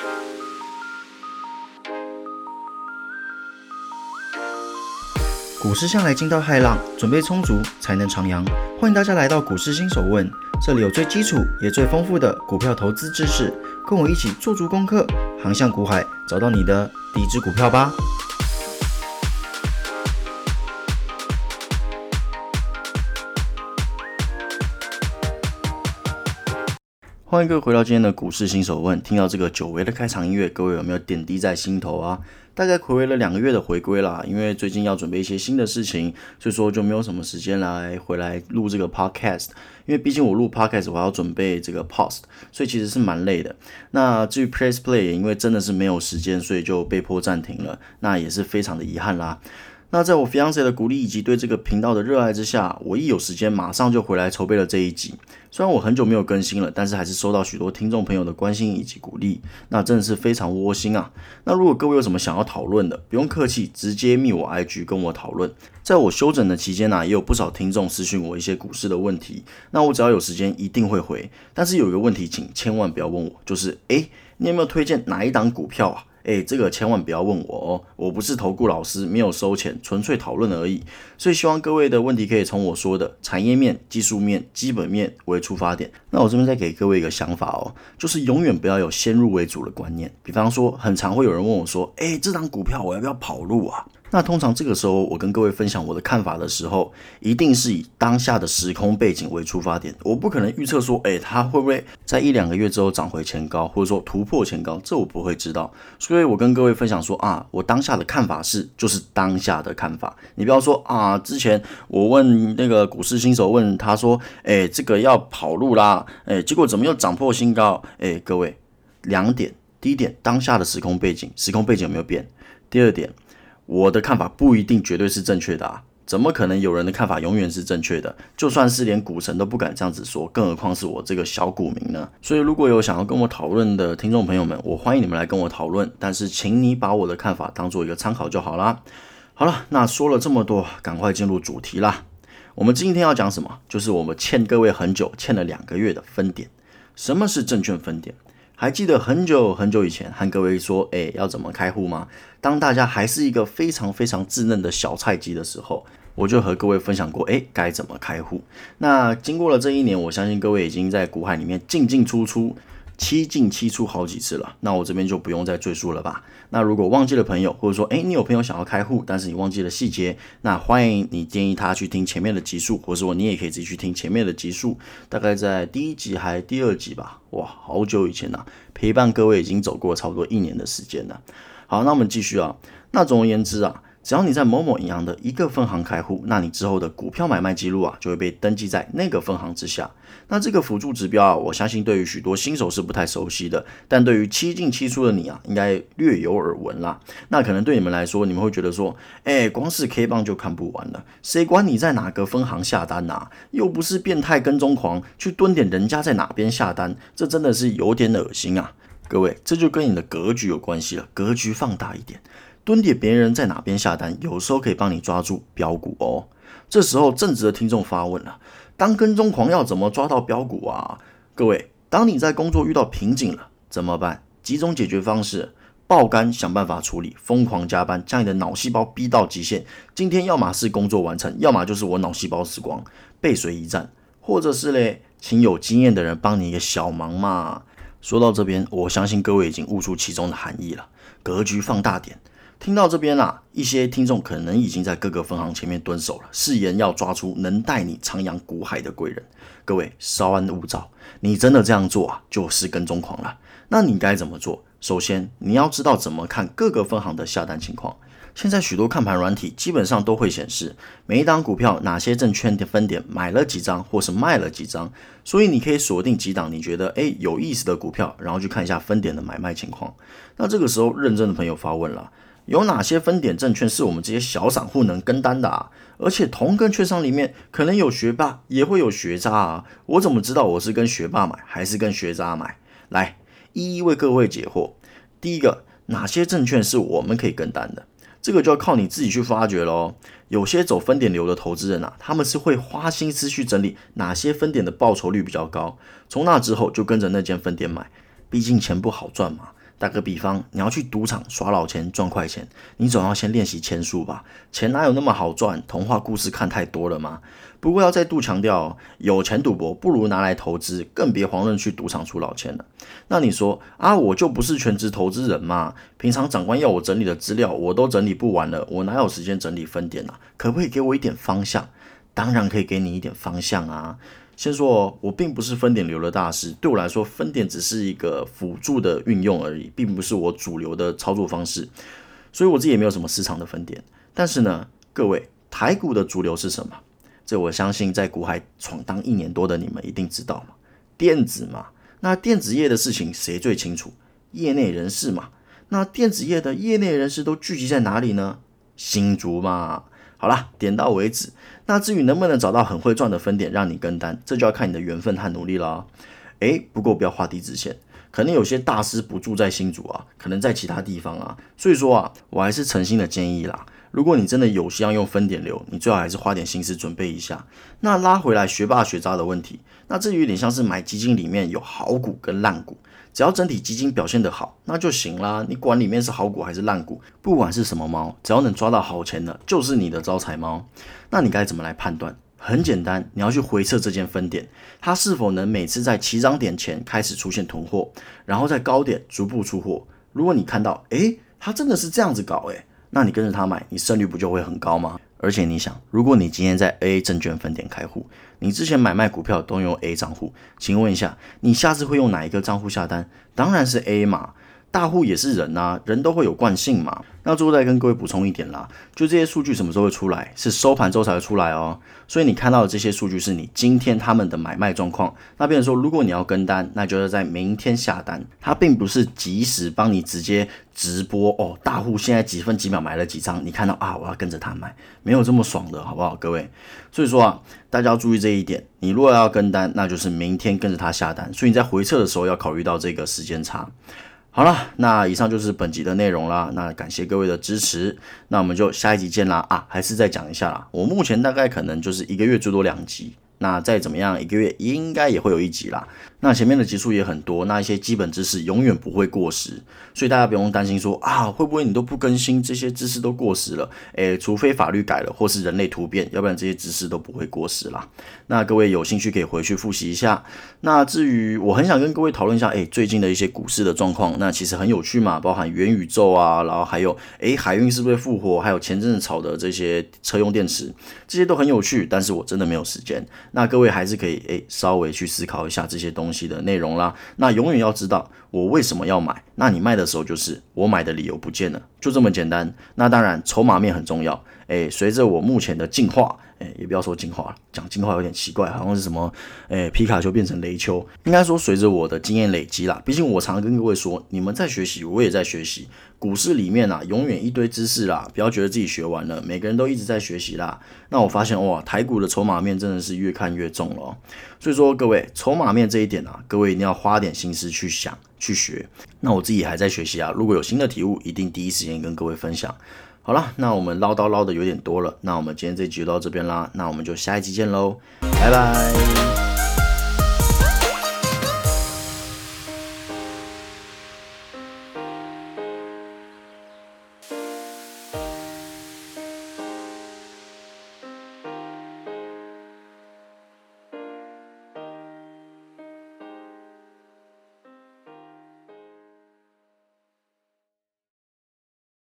股市向来惊涛骇浪，准备充足才能徜徉。欢迎大家来到股市新手问，这里有最基础也最丰富的股票投资知识，跟我一起做足功课，航向股海，找到你的第一支股票吧。欢迎各位回到今天的股市新手问。听到这个久违的开场音乐，各位有没有点滴在心头啊？大概睽违了2个月的回归啦，因为最近要准备一些新的事情，所以说就没有什么时间回来录这个 podcast。因为毕竟我录 podcast 我还要准备这个 post， 所以其实是蛮累的。那至于 press play 也因为真的是没有时间，所以就被迫暂停了，那也是非常的遗憾啦。那在我 fiancé 的鼓励以及对这个频道的热爱之下，我一有时间马上就回来筹备了这一集。虽然我很久没有更新了，但是还是收到许多听众朋友的关心以及鼓励，那真的是非常窝心啊。那如果各位有什么想要讨论的，不用客气，直接密我 IG 跟我讨论。在我休整的期间也有不少听众私讯我一些股市的问题，那我只要有时间一定会回。但是有一个问题请千万不要问我，就是你有没有推荐哪一档股票啊？这个千万不要问我哦，我不是投顾老师，没有收钱，纯粹讨论而已。所以希望各位的问题可以从我说的产业面、技术面、基本面为出发点。那我这边再给各位一个想法哦，就是永远不要有先入为主的观念。比方说，很常会有人问我说，这档股票我要不要跑路啊？那通常这个时候我跟各位分享我的看法的时候，一定是以当下的时空背景为出发点。我不可能预测说它会不会在1-2个月之后涨回前高，或者说突破前高，这我不会知道。所以我跟各位分享说我当下的看法就是当下的看法。你不要说之前我问那个股市新手问他说这个要跑路啦，结果怎么又涨破新高？各位2点，第一点，当下的时空背景有没有变？第二点，我的看法不一定绝对是正确的怎么可能有人的看法永远是正确的？就算是连股神都不敢这样子说，更何况是我这个小股民呢？所以如果有想要跟我讨论的听众朋友们，我欢迎你们来跟我讨论，但是请你把我的看法当做一个参考就好啦。好了，那说了这么多，赶快进入主题啦。我们今天要讲什么？就是我们欠各位很久，欠了2个月的分点。什么是证券分点？还记得很久很久以前和各位说要怎么开户吗？当大家还是一个非常非常稚嫩的小菜鸡的时候，我就和各位分享过该怎么开户。那经过了这1年，我相信各位已经在股海里面进进出出7进7出好几次了，那我这边就不用再赘述了吧。那如果忘记了朋友，或者说你有朋友想要开户，但是你忘记了细节，那欢迎你建议他去听前面的集数，或者说你也可以自己去听前面的集数，大概在第1集还第2集吧。哇，好久以前陪伴各位已经走过差不多1年的时间了。好，那我们继续那总而言之只要你在某某银行的一个分行开户，那你之后的股票买卖记录就会被登记在那个分行之下。那这个辅助指标我相信对于许多新手是不太熟悉的，但对于7进7出的你应该略有耳闻啦。那可能对你们来说，你们会觉得说，光是 K 棒就看不完了，谁管你在哪个分行下单又不是变态跟踪狂，去蹲点人家在哪边下单，这真的是有点恶心各位，这就跟你的格局有关系了，格局放大一点。蹲点别人在哪边下单，有时候可以帮你抓住标股哦。这时候正直的听众发问了，当跟踪狂要怎么抓到标股各位，当你在工作遇到瓶颈了怎么办？几种解决方式，爆肝想办法处理，疯狂加班，将你的脑细胞逼到极限。今天要么是工作完成，要么就是我脑细胞死光，背水一战。或者是请有经验的人帮你一个小忙嘛。说到这边，我相信各位已经悟出其中的含义了，格局放大点。听到这边一些听众可能已经在各个分行前面蹲守了，誓言要抓出能带你徜徉股海的贵人。各位稍安勿躁，你真的这样做就是跟踪狂了。那你该怎么做？首先你要知道怎么看各个分行的下单情况。现在许多看盘软体基本上都会显示每一档股票哪些证券的分点买了几张或是卖了几张，所以你可以锁定几档你觉得有意思的股票，然后去看一下分点的买卖情况。那这个时候认真的朋友发问了，有哪些分点证券是我们这些小散户能跟单的而且同根券商里面可能有学霸也会有学渣我怎么知道我是跟学霸买还是跟学渣买？来一一为各位解惑。第一个，哪些证券是我们可以跟单的？这个就要靠你自己去发掘咯。有些走分点流的投资人他们是会花心思去整理哪些分点的报酬率比较高，从那之后就跟着那间分点买，毕竟钱不好赚嘛。 打个比方，你要去赌场耍老钱赚快钱，你总要先练习签数吧？钱哪有那么好赚？童话故事看太多了吗？不过要再度强调，有钱赌博不如拿来投资，更别遑论去赌场出老千了。那你说啊，我就不是全职投资人嘛？平常长官要我整理的资料我都整理不完了，我哪有时间整理分点啊？可不可以给我一点方向？当然可以给你一点方向啊。先说我并不是分点流的大师，对我来说，分点只是一个辅助的运用而已，并不是我主流的操作方式，所以我自己也没有什么市场的分点。但是呢，各位，台股的主流是什么？这我相信在股海闯荡1年多的你们一定知道嘛，电子嘛。那电子业的事情谁最清楚？业内人士嘛。那电子业的业内人士都聚集在哪里呢？新竹嘛。好啦，点到为止。那至于能不能找到很会赚的分点让你跟单，这就要看你的缘分和努力啦。不过不要画地自限，可能有些大师不住在新竹啊，可能在其他地方啊。所以说啊，我还是诚心的建议啦，如果你真的有希望用分点流，你最好还是花点心思准备一下。那拉回来学霸学渣的问题，那这有点像是买基金里面有好股跟烂股。只要整体基金表现得好，那就行啦。你管里面是好股还是烂股，不管是什么猫，只要能抓到好钱的，就是你的招财猫。那你该怎么来判断？很简单，你要去回测这间分点，它是否能每次在起涨点前开始出现囤货，然后在高点逐步出货。如果你看到，它真的是这样子搞，那你跟着它买，你胜率不就会很高吗？而且你想，如果你今天在 AA 证券分点开户，你之前买卖股票都用 A 账户，请问一下，你下次会用哪一个账户下单？当然是 A 嘛。大户也是人啊，人都会有惯性嘛。那最后再跟各位补充一点啦，就这些数据什么时候会出来？是收盘之后才会出来哦。所以你看到的这些数据是你今天他们的买卖状况。那变成说，如果你要跟单，那就是在明天下单，它并不是及时帮你直接直播哦。大户现在几分几秒买了几张，你看到啊，我要跟着他买，没有这么爽的，好不好，各位？所以说啊，大家要注意这一点。你如果要跟单，那就是明天跟着他下单，所以你在回测的时候要考虑到这个时间差。好了，那以上就是本集的内容啦。那感谢各位的支持，那我们就下一集见啦。还是再讲一下啦，我目前大概可能就是1个月最多2集，那再怎么样1个月应该也会有1集啦。那前面的集数也很多，那一些基本知识永远不会过时，所以大家不用担心说会不会你都不更新，这些知识都过时了？除非法律改了或是人类突变，要不然这些知识都不会过时啦。那各位有兴趣可以回去复习一下。那至于我很想跟各位讨论一下，最近的一些股市的状况，那其实很有趣嘛，包含元宇宙啊，然后还有海运是不是复活，还有前阵子炒的这些车用电池，这些都很有趣，但是我真的没有时间。那各位还是可以稍微去思考一下这些东西的内容啦。那永远要知道我为什么要买，那你卖的时候就是我买的理由不见了，就这么简单。那当然筹码面很重要，随着我目前的进化，也不要说进化了，讲进化有点奇怪，好像是什么皮卡丘变成雷丘，应该说随着我的经验累积啦。毕竟我常常跟各位说，你们在学习，我也在学习。股市里面永远一堆知识啦，不要觉得自己学完了，每个人都一直在学习啦。那我发现台股的筹码面真的是越看越重了所以说各位，筹码面这一点各位一定要花点心思去想去学。那我自己也还在学习如果有新的体悟，一定第一时间跟各位分享。好了，那我们唠叨唠的有点多了，那我们今天这集就到这边啦，那我们就下一集见喽，拜拜。